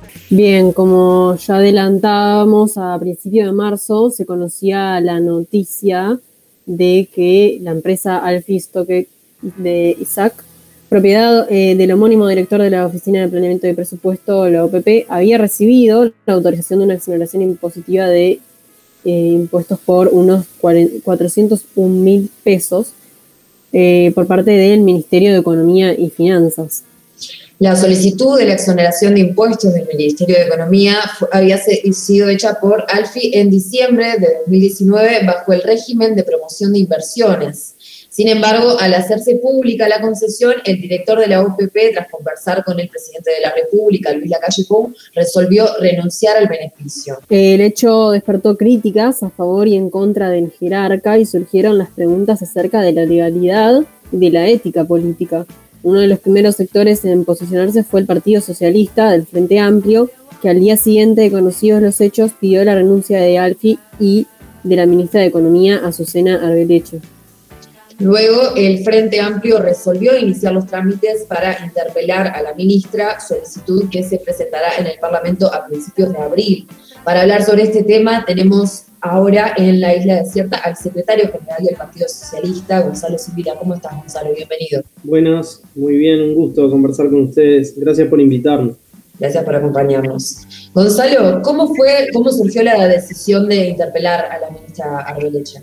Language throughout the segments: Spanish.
Bien, como ya adelantábamos, a principios de marzo se conocía la noticia de que la empresa Alfie Stock de Isaac, propiedad del homónimo director de la Oficina de Planeamiento y Presupuesto, la OPP, había recibido la autorización de una exoneración impositiva de impuestos por unos 401.000 pesos por parte del Ministerio de Economía y Finanzas. La solicitud de la exoneración de impuestos del Ministerio de Economía había sido hecha por Alfie en diciembre de 2019 bajo el régimen de promoción de inversiones. Sin embargo, al hacerse pública la concesión, el director de la OPP, tras conversar con el presidente de la República, Luis Lacalle Pou, resolvió renunciar al beneficio. El hecho despertó críticas a favor y en contra del jerarca y surgieron las preguntas acerca de la legalidad y de la ética política. Uno de los primeros sectores en posicionarse fue el Partido Socialista del Frente Amplio, que al día siguiente de conocidos los hechos pidió la renuncia de Alfie y de la ministra de Economía, Azucena Arbeleche. Luego, el Frente Amplio resolvió iniciar los trámites para interpelar a la ministra, solicitud que se presentará en el Parlamento a principios de abril. Para hablar sobre este tema, tenemos ahora en la Isla Desierta al secretario general del Partido Socialista, Gonzalo Sibila. ¿Cómo estás, Gonzalo? Bienvenido. Buenas, muy bien, un gusto conversar con ustedes. Gracias por invitarnos. Gracias por acompañarnos. Gonzalo, ¿cómo surgió la decisión de interpelar a la ministra Arbeleche?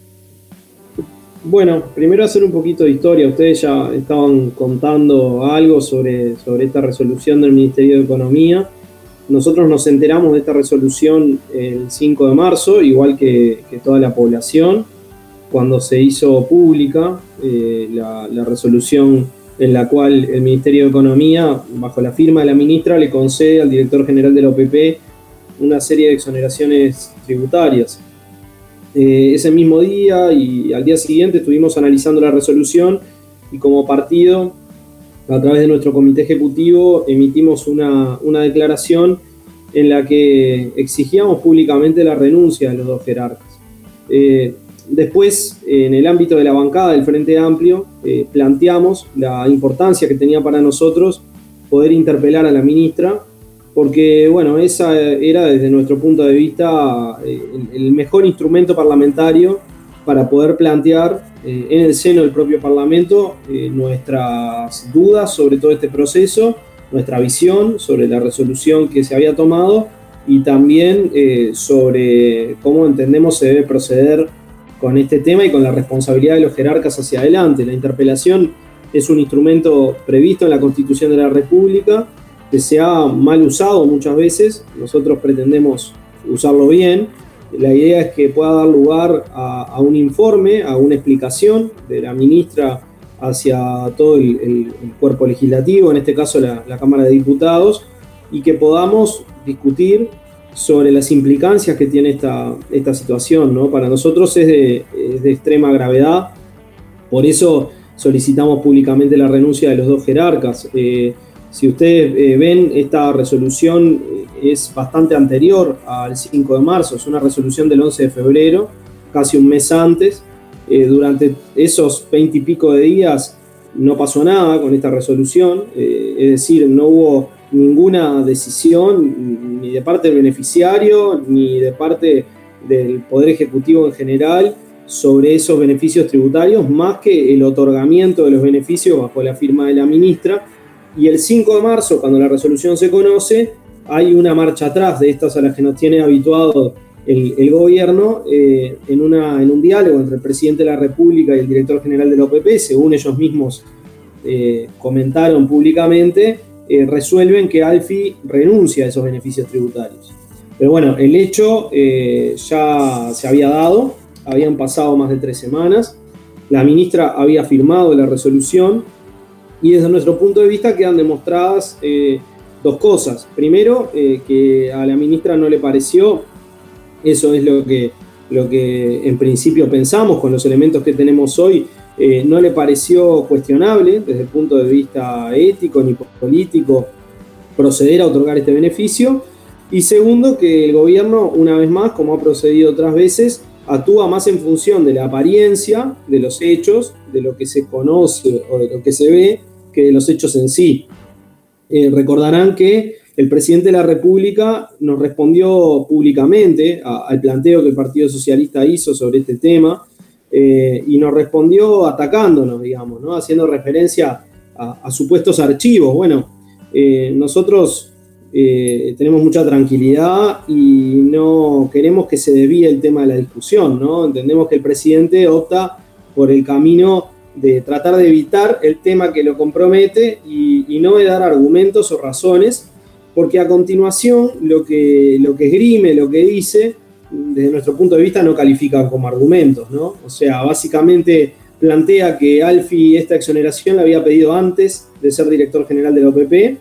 Bueno, primero hacer un poquito de historia. Ustedes ya estaban contando algo sobre esta resolución del Ministerio de Economía. Nosotros nos enteramos de esta resolución el 5 de marzo, igual que toda la población, cuando se hizo pública la resolución en la cual el Ministerio de Economía, bajo la firma de la ministra, le concede al director general de la OPP una serie de exoneraciones tributarias. Ese mismo día y al día siguiente estuvimos analizando la resolución y como partido, a través de nuestro comité ejecutivo, emitimos una declaración en la que exigíamos públicamente la renuncia de los dos jerarcas. Después, en el ámbito de la bancada del Frente Amplio, planteamos la importancia que tenía para nosotros poder interpelar a la ministra, porque, bueno, esa era desde nuestro punto de vista el mejor instrumento parlamentario para poder plantear en el seno del propio Parlamento nuestras dudas sobre todo este proceso, nuestra visión sobre la resolución que se había tomado y también sobre cómo entendemos se debe proceder con este tema y con la responsabilidad de los jerarcas hacia adelante. La interpelación es un instrumento previsto en la Constitución de la República que se ha mal usado muchas veces. Nosotros pretendemos usarlo bien. La idea es que pueda dar lugar a un informe, a una explicación de la ministra hacia todo el cuerpo legislativo, en este caso la Cámara de Diputados, y que podamos discutir sobre las implicancias que tiene esta situación, ¿no? Para nosotros es de extrema gravedad, por eso solicitamos públicamente la renuncia de los dos jerarcas. Si ustedes ven, esta resolución es bastante anterior al 5 de marzo, es una resolución del 11 de febrero, casi un mes antes. Durante esos 20 y pico de días no pasó nada con esta resolución, es decir, no hubo ninguna decisión ni de parte del beneficiario ni de parte del Poder Ejecutivo en general sobre esos beneficios tributarios, más que el otorgamiento de los beneficios bajo la firma de la ministra. Y el 5 de marzo, cuando la resolución se conoce, hay una marcha atrás de estas a las que nos tiene habituado el gobierno en un diálogo entre el presidente de la República y el director general de la OPP, según ellos mismos comentaron públicamente, resuelven que Alfie renuncia a esos beneficios tributarios. Pero bueno, el hecho ya se había dado, habían pasado más de 3 semanas, la ministra había firmado la resolución y desde nuestro punto de vista quedan demostradas dos cosas. Primero, que a la ministra no le pareció, eso es lo que en principio pensamos con los elementos que tenemos hoy, no le pareció cuestionable desde el punto de vista ético ni político proceder a otorgar este beneficio. Y segundo, que el gobierno, una vez más, como ha procedido otras veces, actúa más en función de la apariencia de los hechos, de lo que se conoce o de lo que se ve, que de los hechos en sí. Recordarán que el presidente de la República nos respondió públicamente al planteo que el Partido Socialista hizo sobre este tema, y nos respondió atacándonos, digamos, ¿no? Haciendo referencia a supuestos archivos. Bueno, nosotros tenemos mucha tranquilidad y no queremos que se desvíe el tema de la discusión, ¿no? Entendemos que el presidente opta por el camino de tratar de evitar el tema que lo compromete y no de dar argumentos o razones, porque a continuación lo que esgrime, lo que dice, desde nuestro punto de vista no califica como argumentos, ¿no? O sea, básicamente plantea que Alfi esta exoneración la había pedido antes de ser director general de la OPP.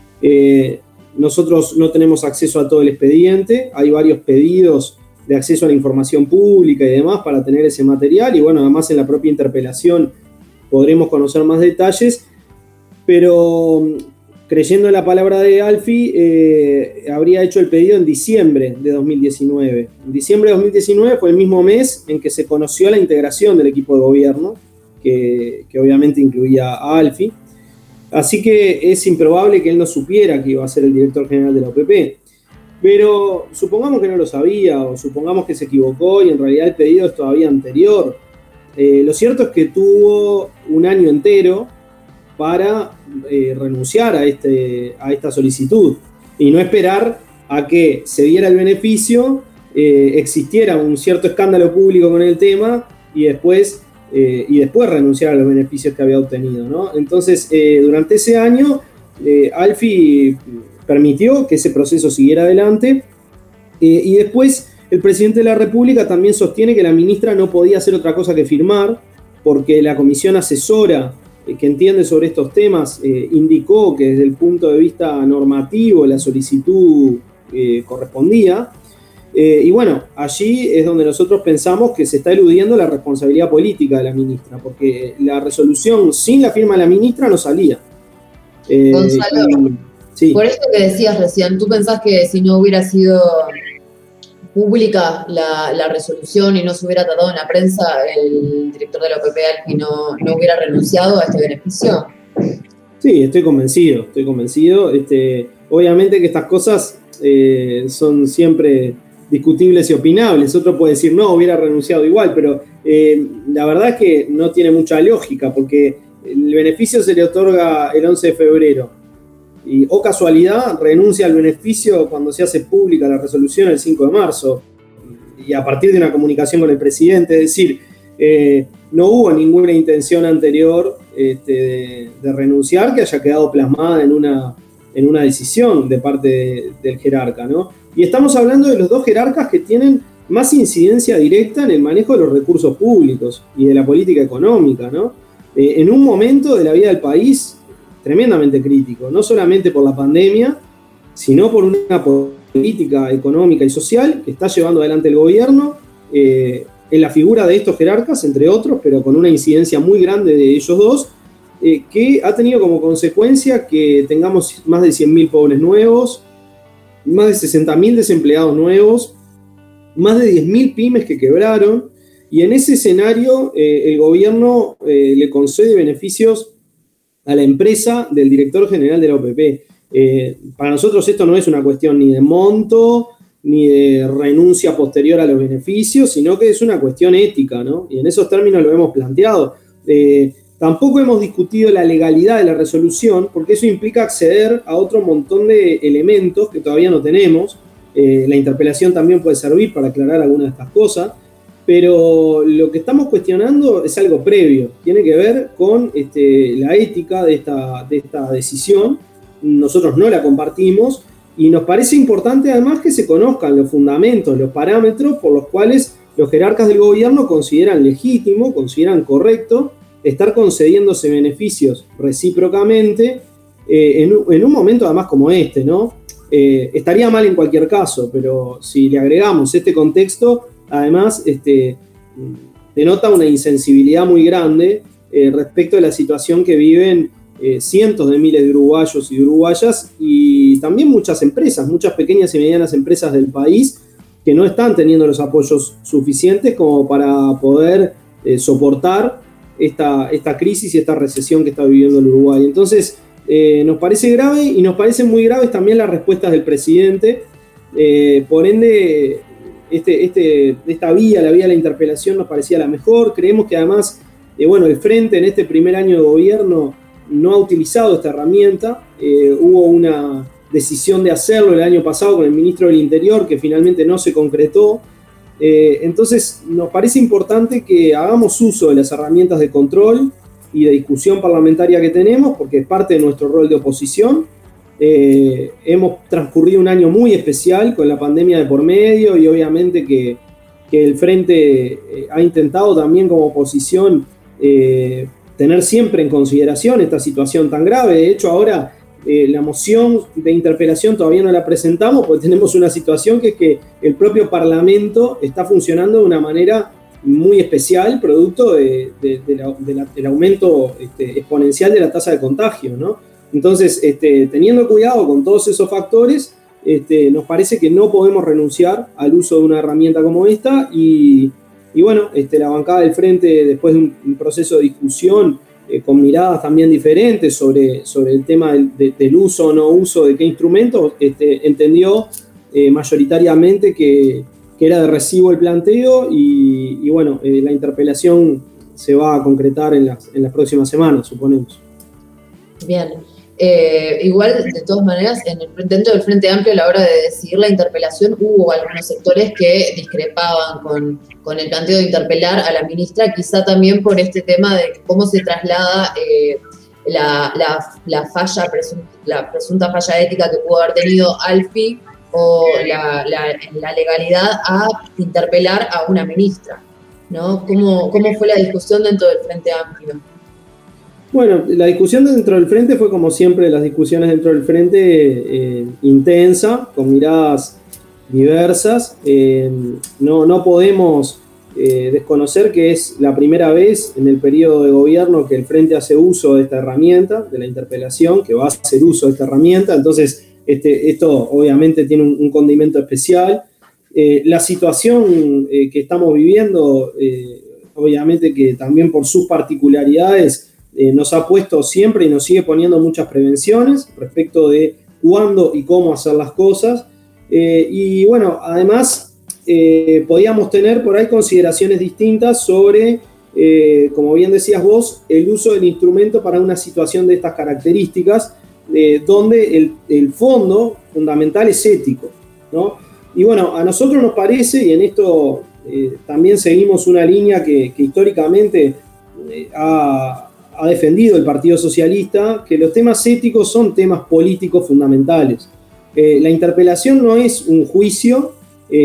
Nosotros no tenemos acceso a todo el expediente, hay varios pedidos de acceso a la información pública y demás para tener ese material, y bueno, además en la propia interpelación podremos conocer más detalles, pero creyendo en la palabra de Alfi, habría hecho el pedido en diciembre de 2019. En diciembre de 2019 fue el mismo mes en que se conoció la integración del equipo de gobierno, que obviamente incluía a Alfi. Así que es improbable que él no supiera que iba a ser el director general de la OPP. Pero supongamos que no lo sabía, o supongamos que se equivocó y en realidad el pedido es todavía anterior. Lo cierto es que tuvo un año entero para renunciar a esta solicitud y no esperar a que se diera el beneficio, existiera un cierto escándalo público con el tema y después renunciar a los beneficios que había obtenido, ¿no? Entonces, durante ese año, Alfi permitió que ese proceso siguiera adelante, y después el presidente de la República también sostiene que la ministra no podía hacer otra cosa que firmar, porque la comisión asesora que entiende sobre estos temas indicó que desde el punto de vista normativo la solicitud correspondía. Y bueno, allí es donde nosotros pensamos que se está eludiendo la responsabilidad política de la ministra, porque la resolución sin la firma de la ministra no salía. Gonzalo, sí. Por esto que decías recién, ¿tú pensás que si no hubiera sido pública la resolución y no se hubiera tratado en la prensa, el director de la OPP Alfi no hubiera renunciado a este beneficio? Sí, estoy convencido. Obviamente que estas cosas son siempre discutibles y opinables. Otro puede decir, no, hubiera renunciado igual, pero la verdad es que no tiene mucha lógica, porque el beneficio se le otorga el 11 de febrero. Y, o casualidad, renuncia al beneficio cuando se hace pública la resolución el 5 de marzo. Y a partir de una comunicación con el presidente, es decir, no hubo ninguna intención anterior de renunciar que haya quedado plasmada en una decisión de parte del jerarca, ¿no? Y estamos hablando de los dos jerarcas que tienen más incidencia directa en el manejo de los recursos públicos y de la política económica, ¿no? En un momento de la vida del país tremendamente crítico, no solamente por la pandemia, sino por una política económica y social que está llevando adelante el gobierno, en la figura de estos jerarcas, entre otros, pero con una incidencia muy grande de ellos dos, que ha tenido como consecuencia que tengamos más de 100.000 pobres nuevos, más de 60.000 desempleados nuevos, más de 10.000 pymes que quebraron, y en ese escenario el gobierno le concede beneficios a la empresa del director general de la OPP. Para nosotros esto no es una cuestión ni de monto, ni de renuncia posterior a los beneficios, sino que es una cuestión ética, ¿no? Y en esos términos lo hemos planteado. Tampoco hemos discutido la legalidad de la resolución, porque eso implica acceder a otro montón de elementos que todavía no tenemos. La interpelación también puede servir para aclarar algunas de estas cosas, pero lo que estamos cuestionando es algo previo, tiene que ver con la ética de esta decisión. Nosotros no la compartimos y nos parece importante además que se conozcan los fundamentos, los parámetros por los cuales los jerarcas del gobierno consideran legítimo, consideran correcto estar concediéndose beneficios recíprocamente en un momento además como este, ¿no? Estaría mal en cualquier caso, pero si le agregamos este contexto, además denota una insensibilidad muy grande respecto de la situación que viven cientos de miles de uruguayos y uruguayas, y también muchas empresas, muchas pequeñas y medianas empresas del país que no están teniendo los apoyos suficientes como para poder soportar esta crisis y esta recesión que está viviendo el Uruguay. Entonces, nos parece grave y nos parecen muy graves también las respuestas del presidente. Por ende, esta vía, la vía de la interpelación, nos parecía la mejor. Creemos que además, el Frente en este primer año de gobierno no ha utilizado esta herramienta. Hubo una decisión de hacerlo el año pasado con el ministro del Interior, que finalmente no se concretó. Entonces, nos parece importante que hagamos uso de las herramientas de control y de discusión parlamentaria que tenemos, porque es parte de nuestro rol de oposición. Hemos transcurrido un año muy especial con la pandemia de por medio y obviamente que el Frente ha intentado también como oposición tener siempre en consideración esta situación tan grave. De hecho, ahora la moción de interpelación todavía no la presentamos porque tenemos una situación que es que el propio Parlamento está funcionando de una manera muy especial, producto del aumento exponencial de la tasa de contagio, ¿no? Entonces, teniendo cuidado con todos esos factores, nos parece que no podemos renunciar al uso de una herramienta como esta y la bancada del Frente, después de un proceso de discusión con miradas también diferentes sobre el tema del uso o no uso de qué instrumentos, entendió mayoritariamente que era de recibo el planteo y la interpelación se va a concretar en las próximas semanas, suponemos. Bien. Igual, de todas maneras, dentro del Frente Amplio, a la hora de decidir la interpelación, hubo algunos sectores que discrepaban con el planteo de interpelar a la ministra, quizá también por este tema de cómo se traslada la presunta falla ética que pudo haber tenido Alfi o la legalidad a interpelar a una ministra, ¿no? ¿Cómo fue la discusión dentro del Frente Amplio? Bueno, la discusión dentro del Frente fue, como siempre, las discusiones dentro del Frente, intensa, con miradas diversas. No podemos desconocer que es la primera vez en el periodo de gobierno que el Frente hace uso de esta herramienta, de la interpelación, que va a hacer uso de esta herramienta. Entonces, esto obviamente tiene un condimento especial. La situación que estamos viviendo, obviamente que también por sus particularidades, nos ha puesto siempre y nos sigue poniendo muchas prevenciones respecto de cuándo y cómo hacer las cosas. Además, podíamos tener por ahí consideraciones distintas sobre, como bien decías vos, el uso del instrumento para una situación de estas características, donde el fondo fundamental es ético, ¿no? Y a nosotros nos parece, y en esto también seguimos una línea que históricamente ha defendido el Partido Socialista, que los temas éticos son temas políticos fundamentales. La interpelación no es un juicio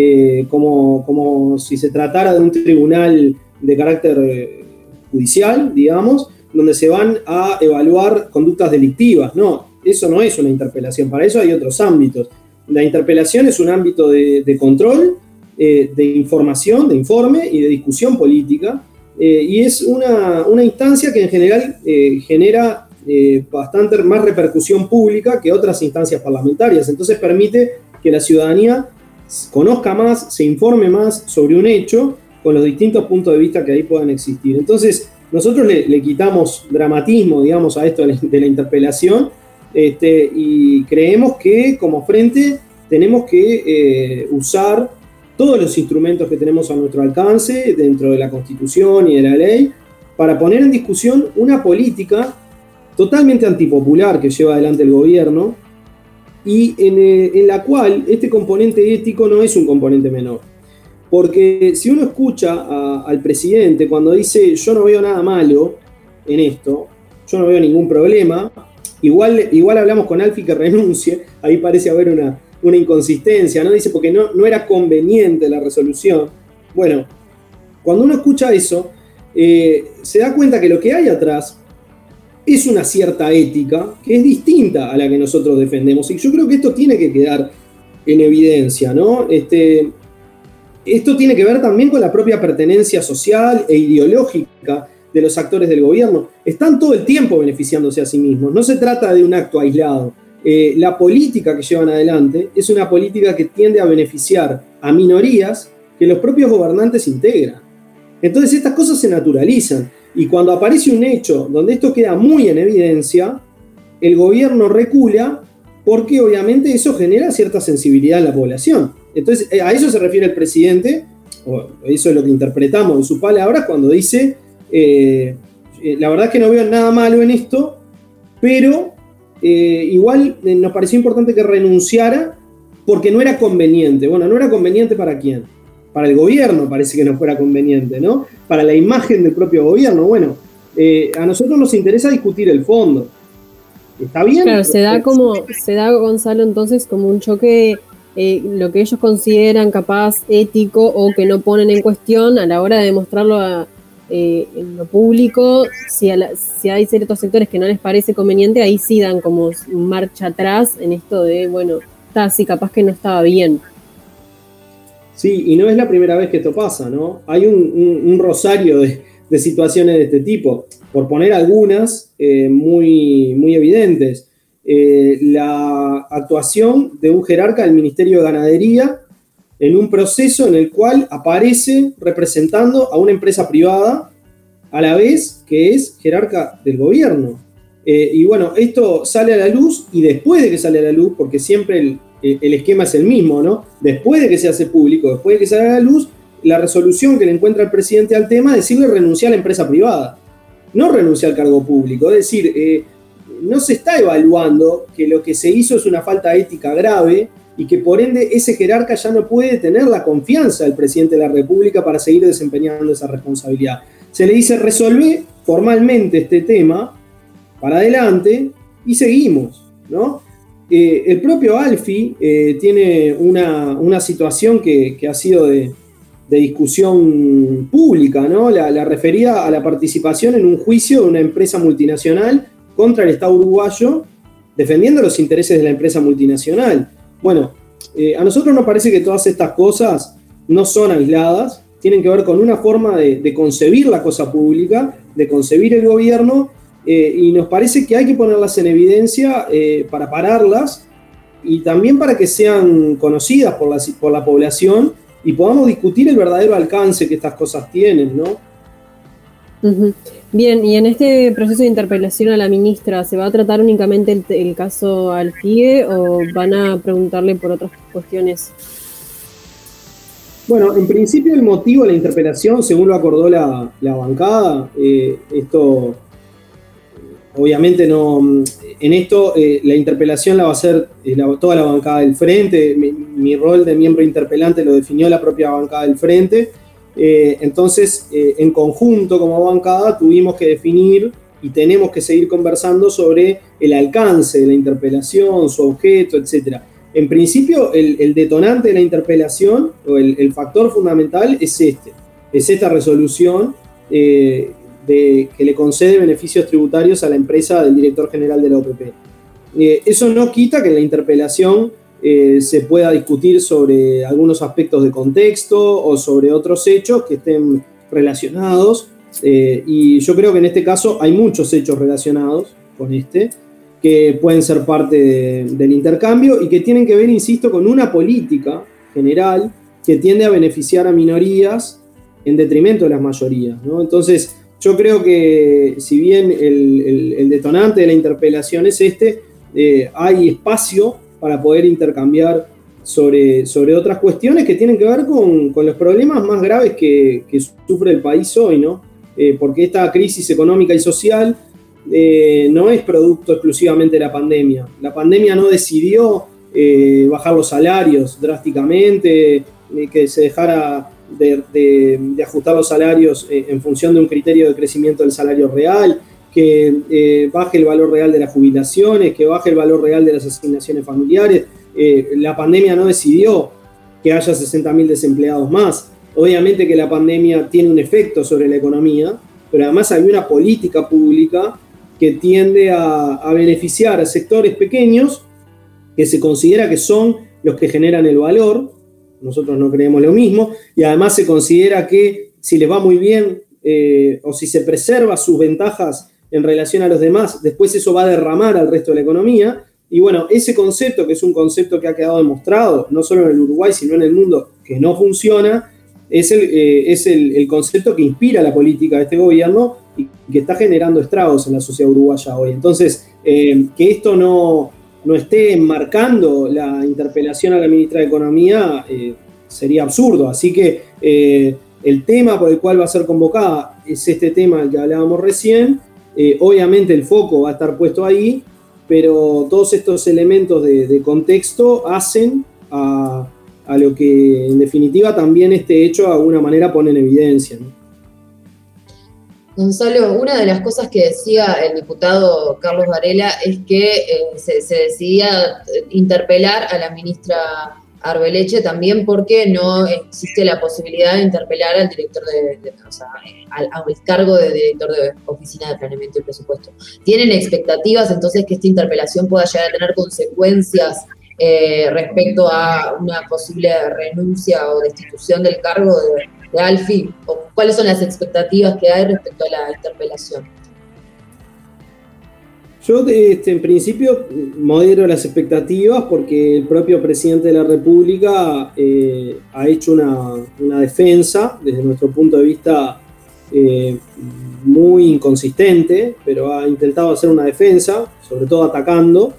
como si se tratara de un tribunal de carácter judicial, digamos, donde se van a evaluar conductas delictivas. No, eso no es una interpelación, para eso hay otros ámbitos. La interpelación es un ámbito de control, de información, de informe y de discusión política, y es una instancia que en general genera bastante más repercusión pública que otras instancias parlamentarias. Entonces permite que la ciudadanía conozca más, se informe más sobre un hecho con los distintos puntos de vista que ahí puedan existir. Entonces nosotros le quitamos dramatismo, digamos, a esto de la interpelación, y creemos que como Frente tenemos que usar todos los instrumentos que tenemos a nuestro alcance dentro de la Constitución y de la ley para poner en discusión una política totalmente antipopular que lleva adelante el gobierno y en la cual este componente ético no es un componente menor. Porque si uno escucha al presidente cuando dice yo no veo nada malo en esto, yo no veo ningún problema, igual hablamos con Alfi que renuncie, ahí parece haber una inconsistencia, ¿no? Dice porque no era conveniente la resolución. Bueno, cuando uno escucha eso, se da cuenta que lo que hay atrás es una cierta ética que es distinta a la que nosotros defendemos. Y yo creo que esto tiene que quedar en evidencia, ¿no? Esto tiene que ver también con la propia pertenencia social e ideológica de los actores del gobierno. Están todo el tiempo beneficiándose a sí mismos. No se trata de un acto aislado. La política que llevan adelante es una política que tiende a beneficiar a minorías que los propios gobernantes integran. Entonces estas cosas se naturalizan y cuando aparece un hecho donde esto queda muy en evidencia, el gobierno recula porque obviamente eso genera cierta sensibilidad en la población. Entonces, a eso se refiere el presidente, o eso es lo que interpretamos de sus palabras cuando dice, la verdad es que no veo nada malo en esto, pero igual nos pareció importante que renunciara porque no era conveniente. Bueno, ¿no era conveniente para quién? Para el gobierno parece que no fuera conveniente, ¿no? Para la imagen del propio gobierno. Bueno, a nosotros nos interesa discutir el fondo. ¿Está bien? Claro, se da, Gonzalo, entonces como un choque, lo que ellos consideran capaz ético o que no ponen en cuestión a la hora de demostrarlo en lo público. Si hay ciertos sectores que no les parece conveniente, ahí sí dan como marcha atrás en esto de, bueno, está así, capaz que no estaba bien. Sí, y no es la primera vez que esto pasa, ¿no? Hay un rosario de situaciones de este tipo. Por poner algunas muy evidentes. La actuación de un jerarca del Ministerio de Ganadería en un proceso en el cual aparece representando a una empresa privada a la vez que es jerarca del gobierno. Y bueno, esto sale a la luz y después de que sale a la luz, porque siempre el esquema es el mismo, ¿no? Después de que se hace público, después de que sale a la luz, la resolución que le encuentra el presidente al tema es decirle renunciar a la empresa privada, no renunciar al cargo público. Es decir, no se está evaluando que lo que se hizo es una falta ética grave y que por ende ese jerarca ya no puede tener la confianza del presidente de la República para seguir desempeñando esa responsabilidad. Se le dice resolver formalmente este tema para adelante y seguimos, ¿no? El propio Alfi tiene una situación que ha sido de discusión pública, ¿no? La referida a la participación en un juicio de una empresa multinacional contra el Estado uruguayo, defendiendo los intereses de la empresa multinacional. Bueno, a nosotros nos parece que todas estas cosas no son aisladas, tienen que ver con una forma de concebir la cosa pública, de concebir el gobierno, y nos parece que hay que ponerlas en evidencia para pararlas y también para que sean conocidas por la población y podamos discutir el verdadero alcance que estas cosas tienen, ¿no? Uh-huh. Bien, y en este proceso de interpelación a la ministra, ¿se va a tratar únicamente el caso Alfigue o van a preguntarle por otras cuestiones? Bueno, en principio el motivo de la interpelación, según lo acordó la bancada, esto obviamente no, en esto la interpelación la va a hacer toda la bancada del Frente. Mi rol de miembro interpelante lo definió la propia bancada del Frente. Entonces, en conjunto como bancada tuvimos que definir y tenemos que seguir conversando sobre el alcance de la interpelación, su objeto, etc. En principio, el detonante de la interpelación o el factor fundamental es esta resolución que le concede beneficios tributarios a la empresa del director general de la OPP. Eso no quita que en la interpelación se pueda discutir sobre algunos aspectos de contexto o sobre otros hechos que estén relacionados, y yo creo que en este caso hay muchos hechos relacionados con que pueden ser parte del intercambio y que tienen que ver, insisto, con una política general que tiende a beneficiar a minorías en detrimento de las mayorías, ¿no? Entonces, yo creo que si bien el detonante de la interpelación es hay espacio para poder intercambiar sobre otras cuestiones que tienen que ver con los problemas más graves que sufre el país hoy, ¿no? Porque esta crisis económica y social no es producto exclusivamente de la pandemia. La pandemia no decidió bajar los salarios drásticamente, que se dejara de ajustar los salarios en función de un criterio de crecimiento del salario real, que baje el valor real de las jubilaciones, que baje el valor real de las asignaciones familiares. La pandemia no decidió que haya 60.000 desempleados más. Obviamente que la pandemia tiene un efecto sobre la economía, pero además hay una política pública que tiende a beneficiar a sectores pequeños que se considera que son los que generan el valor. Nosotros no creemos lo mismo, y además se considera que si les va muy bien o si se preserva sus ventajas en relación a los demás, después eso va a derramar al resto de la economía. Y bueno, ese concepto, que es un concepto que ha quedado demostrado, no solo en el Uruguay, sino en el mundo, que no funciona, es el concepto que inspira la política de este gobierno y que está generando estragos en la sociedad uruguaya hoy. Entonces, Que esto no esté enmarcando la interpelación a la ministra de Economía sería absurdo. Así que el tema por el cual va a ser convocada es este tema del que hablábamos recién. Obviamente el foco va a estar puesto ahí, pero todos estos elementos de contexto hacen a lo que en definitiva también este hecho de alguna manera pone en evidencia, ¿no? Gonzalo, una de las cosas que decía el diputado Carlos Varela es que se decidía interpelar a la ministra Arbeleche también porque no existe la posibilidad de interpelar al director al cargo de director de Oficina de Planeamiento y Presupuesto. ¿Tienen expectativas entonces que esta interpelación pueda llegar a tener consecuencias respecto a una posible renuncia o destitución del cargo de Alfi? ¿O cuáles son las expectativas que hay respecto a la interpelación? Yo en principio modero las expectativas porque el propio presidente de la República ha hecho una defensa, desde nuestro punto de vista muy inconsistente, pero ha intentado hacer una defensa, sobre todo atacando,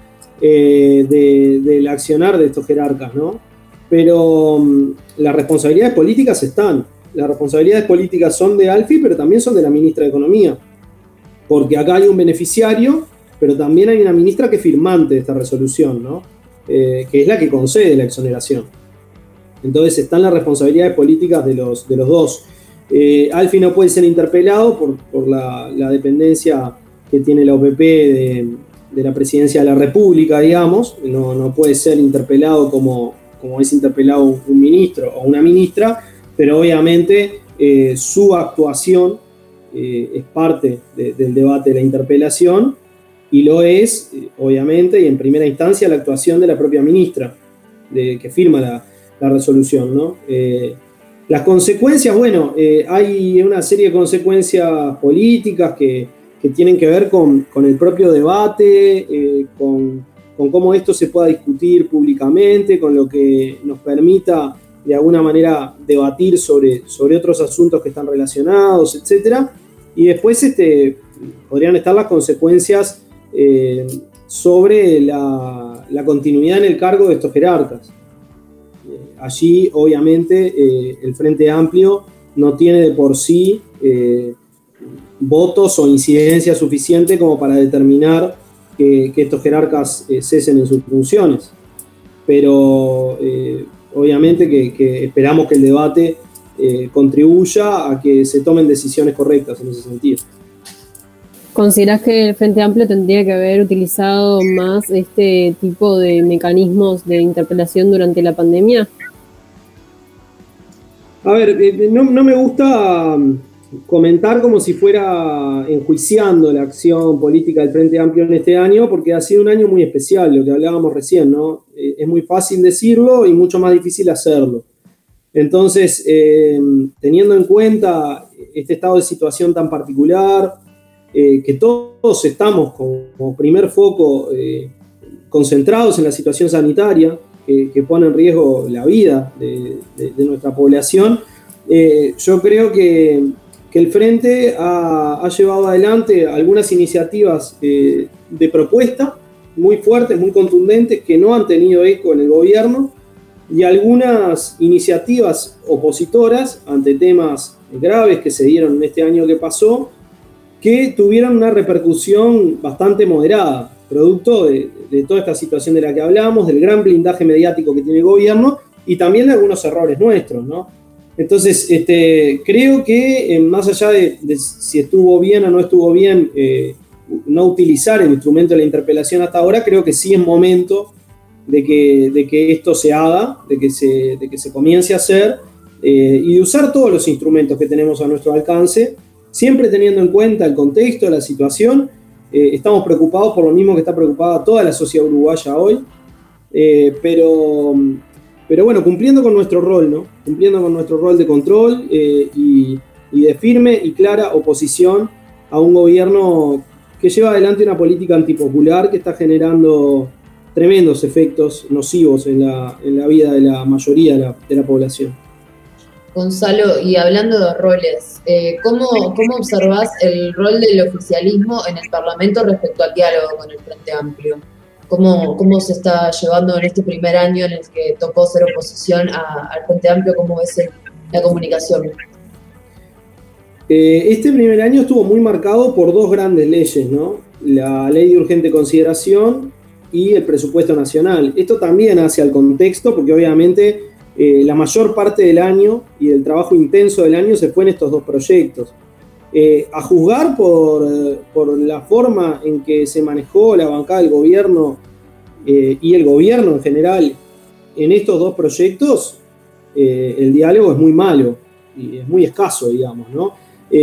del accionar de estos jerarcas, ¿no? Pero las responsabilidades políticas están. Las responsabilidades políticas son de Alfi, pero también son de la ministra de Economía. Porque acá hay un beneficiario, pero también hay una ministra que es firmante de esta resolución, ¿no? Que es la que concede la exoneración. Entonces están las responsabilidades políticas de los dos. Alfi no puede ser interpelado por la dependencia que tiene la OPP de la Presidencia de la República, digamos. No puede ser interpelado como es interpelado un ministro o una ministra, pero obviamente su actuación es parte del debate de la interpelación y lo es, obviamente, y en primera instancia la actuación de la propia ministra que firma la resolución, ¿no? Las consecuencias, bueno, hay una serie de consecuencias políticas que tienen que ver con el propio debate, con cómo esto se pueda discutir públicamente, con lo que nos permita de alguna manera debatir sobre otros asuntos que están relacionados, etc. Y después podrían estar las consecuencias sobre la continuidad en el cargo de estos jerarcas. Allí, obviamente, el Frente Amplio no tiene de por sí votos o incidencia suficiente como para determinar que estos jerarcas cesen en sus funciones. Pero obviamente que esperamos que el debate contribuya a que se tomen decisiones correctas en ese sentido. ¿Considerás que el Frente Amplio tendría que haber utilizado más este tipo de mecanismos de interpelación durante la pandemia? A ver, no me gusta comentar como si fuera enjuiciando la acción política del Frente Amplio en este año, porque ha sido un año muy especial, lo que hablábamos recién, ¿no? Es muy fácil decirlo y mucho más difícil hacerlo. Entonces, teniendo en cuenta este estado de situación tan particular, que todos estamos como primer foco concentrados en la situación sanitaria, que pone en riesgo la vida de nuestra población, yo creo que el Frente ha llevado adelante algunas iniciativas de propuesta muy fuertes, muy contundentes, que no han tenido eco en el gobierno, y algunas iniciativas opositoras ante temas graves que se dieron en este año que pasó, que tuvieron una repercusión bastante moderada, producto de toda esta situación de la que hablamos, del gran blindaje mediático que tiene el gobierno y también de algunos errores nuestros, ¿no? Entonces, creo que más allá de si estuvo bien o no estuvo bien no utilizar el instrumento de la interpelación hasta ahora, creo que sí es momento de que esto se haga, de que se comience a hacer y de usar todos los instrumentos que tenemos a nuestro alcance, siempre teniendo en cuenta el contexto, la situación. Estamos preocupados por lo mismo que está preocupada toda la sociedad uruguaya hoy, pero bueno, cumpliendo con nuestro rol, ¿no? Cumpliendo con nuestro rol de control y de firme y clara oposición a un gobierno que lleva adelante una política antipopular que está generando tremendos efectos nocivos en la vida de la mayoría de la población. Gonzalo, y hablando de roles, ¿cómo observás el rol del oficialismo en el Parlamento respecto al diálogo con el Frente Amplio? ¿Cómo se está llevando en este primer año en el que tocó ser oposición al Frente Amplio? ¿Cómo ves la comunicación? Este primer año estuvo muy marcado por dos grandes leyes, ¿no? La Ley de Urgente Consideración y el Presupuesto Nacional. Esto también hace al contexto, porque obviamente la mayor parte del año y del trabajo intenso del año se fue en estos dos proyectos. A juzgar por la forma en que se manejó la bancada del gobierno y el gobierno en general en estos dos proyectos, el diálogo es muy malo y es muy escaso, digamos, ¿no?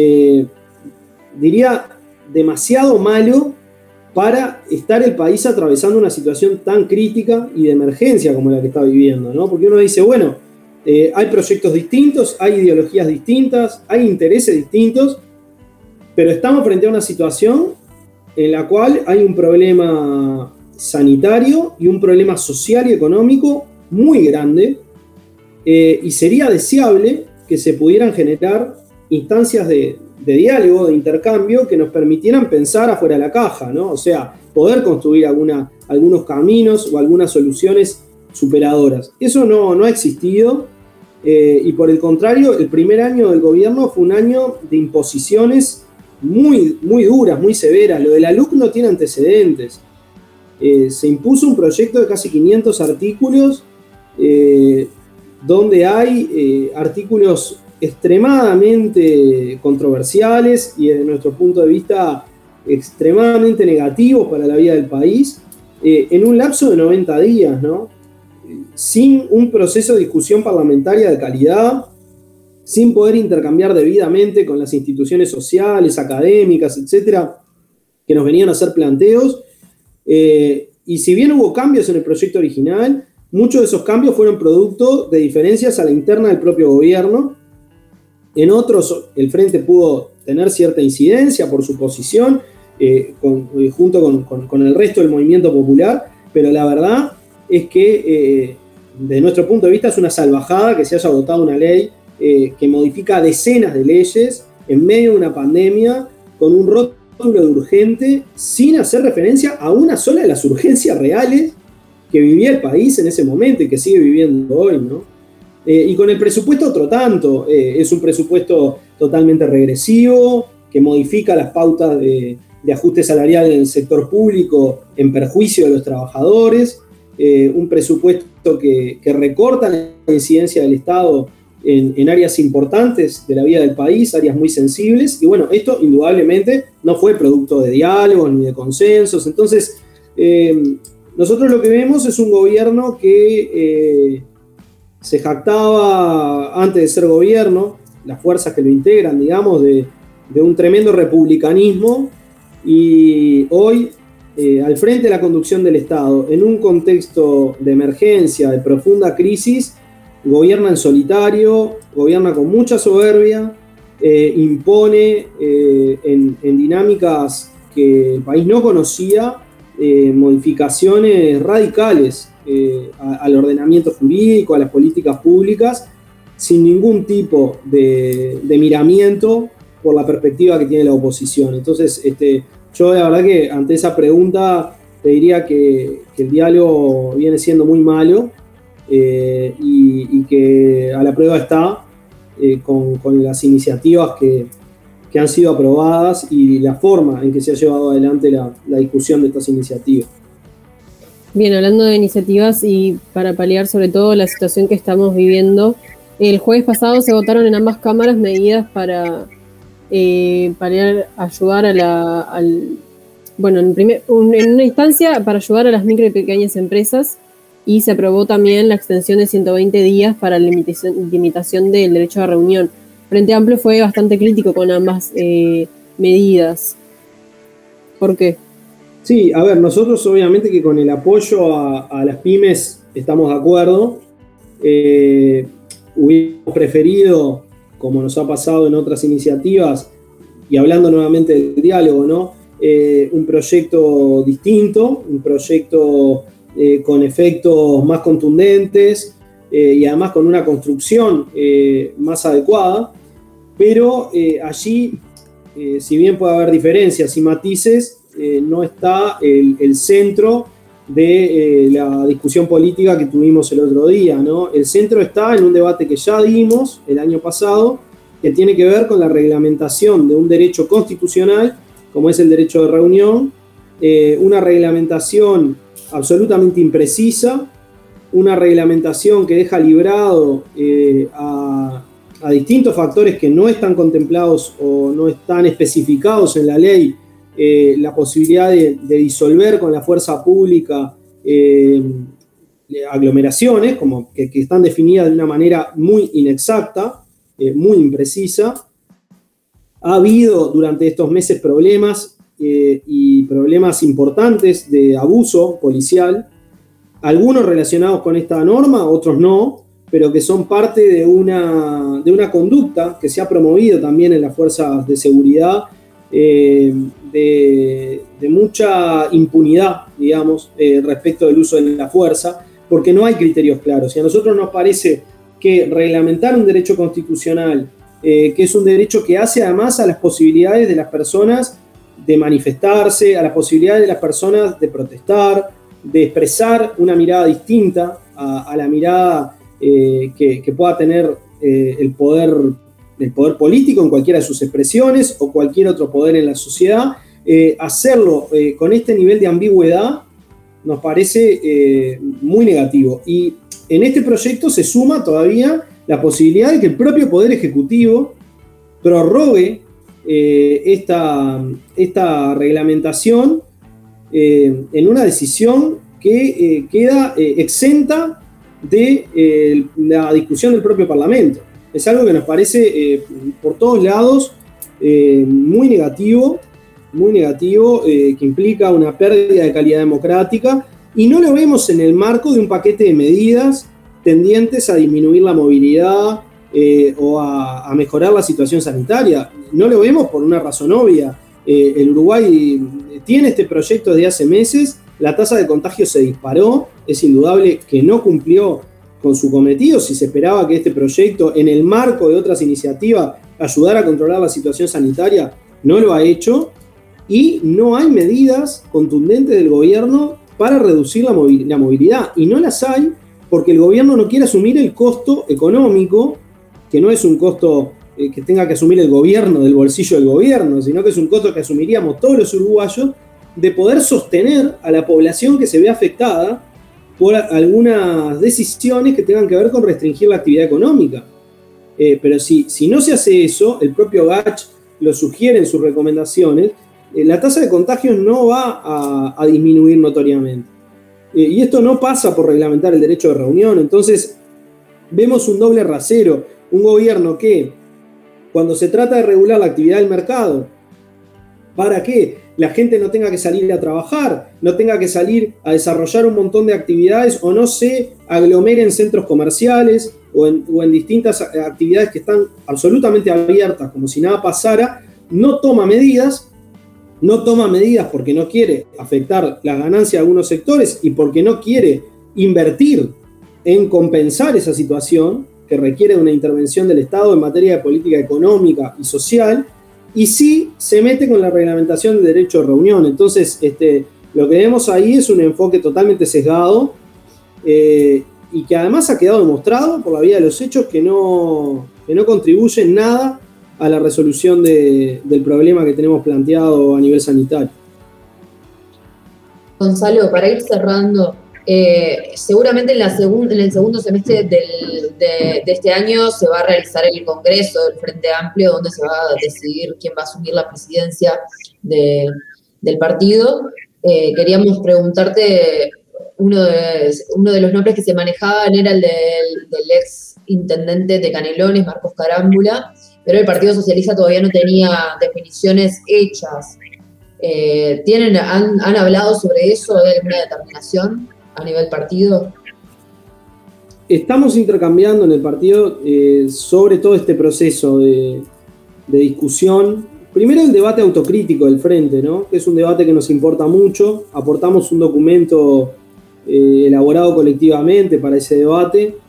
Diría demasiado malo para estar el país atravesando una situación tan crítica y de emergencia como la que está viviendo, ¿no? Porque uno dice, bueno, hay proyectos distintos, hay ideologías distintas, hay intereses distintos, pero estamos frente a una situación en la cual hay un problema sanitario y un problema social y económico muy grande, y sería deseable que se pudieran generar instancias de diálogo, de intercambio, que nos permitieran pensar afuera de la caja, ¿no? O sea, poder construir algunos caminos o algunas soluciones superadoras. Eso no ha existido, y por el contrario, el primer año del gobierno fue un año de imposiciones muy, muy duras, muy severas. Lo de la LUC no tiene antecedentes. Se impuso un proyecto de casi 500 artículos, donde hay artículos extremadamente controversiales y desde nuestro punto de vista extremadamente negativos para la vida del país, en un lapso de 90 días, ¿no? Sin un proceso de discusión parlamentaria de calidad, sin poder intercambiar debidamente con las instituciones sociales, académicas, etcétera, que nos venían a hacer planteos. Y si bien hubo cambios en el proyecto original, muchos de esos cambios fueron producto de diferencias a la interna del propio gobierno. En otros, el Frente pudo tener cierta incidencia por su posición, junto con el resto del movimiento popular, pero la verdad es que, desde nuestro punto de vista, es una salvajada que se haya votado una ley que modifica decenas de leyes en medio de una pandemia, con un rótulo de urgente, sin hacer referencia a una sola de las urgencias reales que vivía el país en ese momento y que sigue viviendo hoy, ¿no? Y con el presupuesto otro tanto, es un presupuesto totalmente regresivo, que modifica las pautas de ajuste salarial en el sector público en perjuicio de los trabajadores, un presupuesto que recorta la incidencia del Estado en áreas importantes de la vida del país, áreas muy sensibles, y bueno, esto indudablemente no fue producto de diálogos ni de consensos. Entonces, nosotros lo que vemos es un gobierno que se jactaba antes de ser gobierno, las fuerzas que lo integran, digamos, de un tremendo republicanismo, y hoy, al frente de la conducción del Estado, en un contexto de emergencia, de profunda crisis, gobierna en solitario, gobierna con mucha soberbia, impone en dinámicas que el país no conocía, modificaciones radicales al ordenamiento jurídico, a las políticas públicas, sin ningún tipo de miramiento por la perspectiva que tiene la oposición. Entonces, yo la verdad que ante esa pregunta te diría que el diálogo viene siendo muy malo, y que a la prueba está con las iniciativas que han sido aprobadas y la forma en que se ha llevado adelante la discusión de estas iniciativas. Bien, hablando de iniciativas y para paliar sobre todo la situación que estamos viviendo, el jueves pasado se votaron en ambas cámaras medidas para ayudar en una instancia para ayudar a las micro y pequeñas empresas, y se aprobó también la extensión de 120 días para la limitación del derecho a reunión. Frente Amplio fue bastante crítico con ambas medidas. ¿Por qué? Sí, a ver, nosotros obviamente que con el apoyo a las pymes estamos de acuerdo. Hubiéramos preferido, como nos ha pasado en otras iniciativas, y hablando nuevamente del diálogo, ¿no? Un proyecto distinto, un proyecto con efectos más contundentes, y además con una construcción más adecuada, pero allí, si bien puede haber diferencias y matices, no está el centro de la discusión política que tuvimos el otro día, ¿no? El centro está en un debate que ya dimos el año pasado, que tiene que ver con la reglamentación de un derecho constitucional, como es el derecho de reunión, una reglamentación absolutamente imprecisa, una reglamentación que deja librado a distintos factores que no están contemplados o no están especificados en la ley, la posibilidad de disolver con la fuerza pública aglomeraciones, como que están definidas de una manera muy inexacta, muy imprecisa. Ha habido durante estos meses problemas y problemas importantes de abuso policial, algunos relacionados con esta norma, otros no, pero que son parte de una conducta que se ha promovido también en las fuerzas de seguridad, de mucha impunidad, digamos, respecto del uso de la fuerza, porque no hay criterios claros. Y a nosotros nos parece que reglamentar un derecho constitucional, que es un derecho que hace además a las posibilidades de las personas de manifestarse, a las posibilidades de las personas de protestar, de expresar una mirada distinta a la mirada que pueda tener el poder político en cualquiera de sus expresiones o cualquier otro poder en la sociedad, hacerlo con este nivel de ambigüedad nos parece muy negativo. Y en este proyecto se suma todavía la posibilidad de que el propio Poder Ejecutivo prorrogue esta reglamentación en una decisión que queda exenta de la discusión del propio Parlamento. Es algo que nos parece por todos lados muy negativo, que implica una pérdida de calidad democrática, y no lo vemos en el marco de un paquete de medidas tendientes a disminuir la movilidad o a mejorar la situación sanitaria. No lo vemos por una razón obvia. El Uruguay tiene este proyecto desde hace meses, la tasa de contagio se disparó, es indudable que no cumplió con su cometido. Si se esperaba que este proyecto, en el marco de otras iniciativas, ayudara a controlar la situación sanitaria, no lo ha hecho, y no hay medidas contundentes del gobierno para reducir la movilidad, y no las hay porque el gobierno no quiere asumir el costo económico, que no es un costo que tenga que asumir el gobierno del bolsillo del gobierno, sino que es un costo que asumiríamos todos los uruguayos, de poder sostener a la población que se ve afectada por algunas decisiones que tengan que ver con restringir la actividad económica. Pero si no se hace eso, el propio GACH lo sugiere en sus recomendaciones, la tasa de contagios no va a disminuir notoriamente. Y esto no pasa por reglamentar el derecho de reunión. Entonces vemos un doble rasero, un gobierno que, cuando se trata de regular la actividad del mercado, para que la gente no tenga que salir a trabajar, no tenga que salir a desarrollar un montón de actividades o no se aglomere en centros comerciales o en distintas actividades que están absolutamente abiertas, como si nada pasara, no toma medidas porque no quiere afectar la ganancia de algunos sectores y porque no quiere invertir en compensar esa situación que requiere de una intervención del Estado en materia de política económica y social, y sí se mete con la reglamentación del derecho de reunión. Entonces, lo que vemos ahí es un enfoque totalmente sesgado y que además ha quedado demostrado por la vía de los hechos que no contribuye en nada a la resolución del problema que tenemos planteado a nivel sanitario. Gonzalo, para ir cerrando, seguramente en el segundo semestre de este año se va a realizar el Congreso del Frente Amplio, donde se va a decidir quién va a asumir la presidencia del partido. Queríamos preguntarte, uno de los nombres que se manejaban era el del ex intendente de Canelones, Marcos Carámbula, pero el Partido Socialista todavía no tenía definiciones hechas. ¿Han hablado sobre eso? ¿Hay alguna determinación a nivel partido? Estamos intercambiando en el partido sobre todo este proceso de discusión. Primero, el debate autocrítico del Frente, ¿no? Que es un debate que nos importa mucho. Aportamos un documento elaborado colectivamente para ese debate.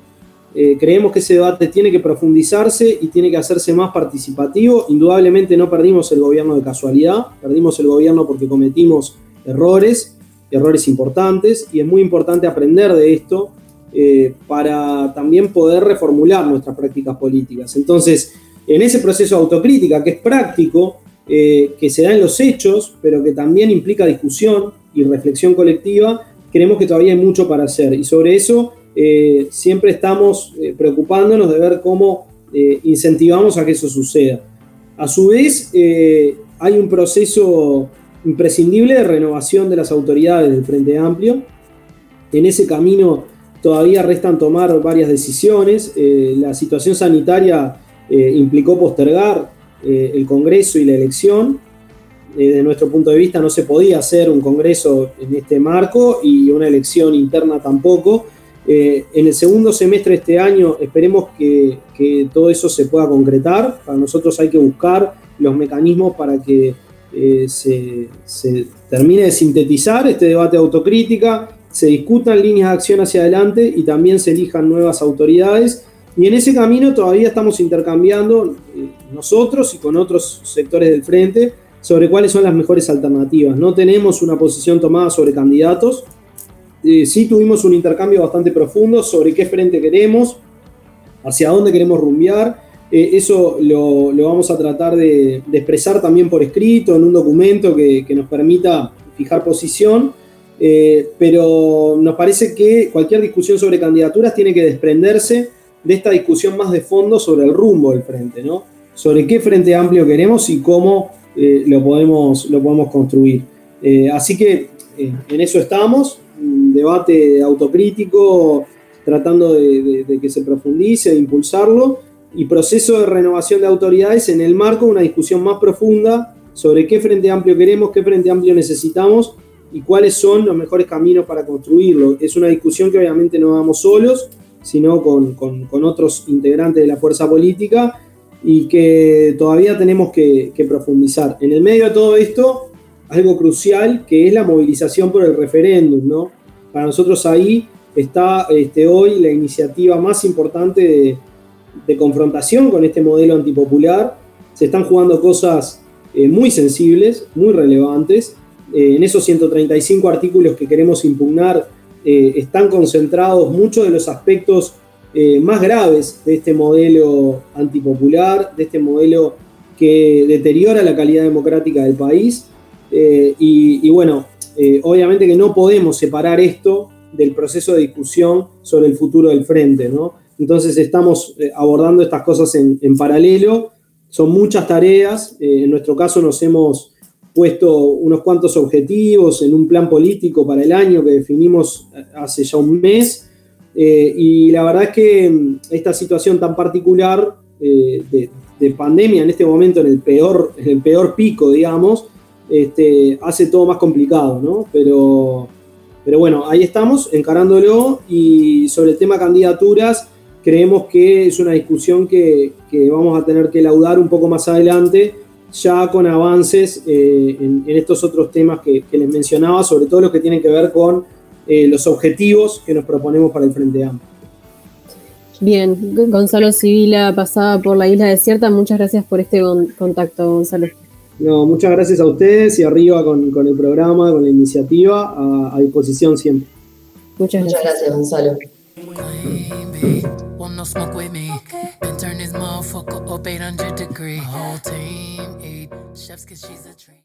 Creemos que ese debate tiene que profundizarse y tiene que hacerse más participativo. Indudablemente no perdimos el gobierno de casualidad, perdimos el gobierno porque cometimos errores importantes, y es muy importante aprender de esto para también poder reformular nuestras prácticas políticas. Entonces, en ese proceso de autocrítica, que es práctico, que se da en los hechos, pero que también implica discusión y reflexión colectiva, creemos que todavía hay mucho para hacer, y sobre eso siempre estamos preocupándonos de ver cómo incentivamos a que eso suceda. A su vez, hay un proceso imprescindible de renovación de las autoridades del Frente Amplio. En ese camino todavía restan tomar varias decisiones. La situación sanitaria implicó postergar el Congreso y la elección. Desde nuestro punto de vista no se podía hacer un Congreso en este marco y una elección interna tampoco. En el segundo semestre de este año esperemos que todo eso se pueda concretar. Para nosotros hay que buscar los mecanismos para que se termine de sintetizar este debate de autocrítica, se discutan líneas de acción hacia adelante y también se elijan nuevas autoridades. Y en ese camino todavía estamos intercambiando nosotros y con otros sectores del frente sobre cuáles son las mejores alternativas. No tenemos una posición tomada sobre candidatos. Sí tuvimos un intercambio bastante profundo sobre qué frente queremos, hacia dónde queremos rumbear. Eso lo vamos a tratar de expresar también por escrito, en un documento que nos permita fijar posición. Pero nos parece que cualquier discusión sobre candidaturas tiene que desprenderse de esta discusión más de fondo sobre el rumbo del frente, ¿no? Sobre qué Frente Amplio queremos y cómo lo podemos construir. Así que en eso estamos, un debate autocrítico, tratando de que se profundice, de impulsarlo, y proceso de renovación de autoridades en el marco de una discusión más profunda sobre qué Frente Amplio queremos, qué Frente Amplio necesitamos y cuáles son los mejores caminos para construirlo. Es una discusión que obviamente no damos solos, sino con otros integrantes de la fuerza política, y que todavía tenemos que profundizar. En el medio de todo esto, algo crucial, que es la movilización por el referéndum, ¿no? Para nosotros ahí está hoy la iniciativa más importante de confrontación con este modelo antipopular. Se están jugando cosas muy sensibles, muy relevantes. En esos 135 artículos que queremos impugnar están concentrados muchos de los aspectos más graves de este modelo antipopular, de este modelo que deteriora la calidad democrática del país. Y bueno, obviamente que no podemos separar esto del proceso de discusión sobre el futuro del frente, ¿no? Entonces estamos abordando estas cosas en paralelo. Son muchas tareas. En nuestro caso nos hemos puesto unos cuantos objetivos en un plan político para el año que definimos hace ya un mes. Y la verdad es que esta situación tan particular de pandemia en este momento, en el peor pico, digamos, hace todo más complicado, ¿no? Pero bueno, ahí estamos, encarándolo. Y sobre el tema candidaturas, creemos que es una discusión que vamos a tener que laudar un poco más adelante, ya con avances en estos otros temas que les mencionaba, sobre todo los que tienen que ver con los objetivos que nos proponemos para el Frente Amplio. Bien, Gonzalo Sibila pasaba por la Isla Desierta. Muchas gracias por este contacto, Gonzalo. No, muchas gracias a ustedes y arriba con el programa, con la iniciativa, a disposición siempre. Muchas gracias, Gonzalo. No smoke with me. Then turn this motherfucker up 800 degrees. Whole team eat chefs 'cause she's a treat.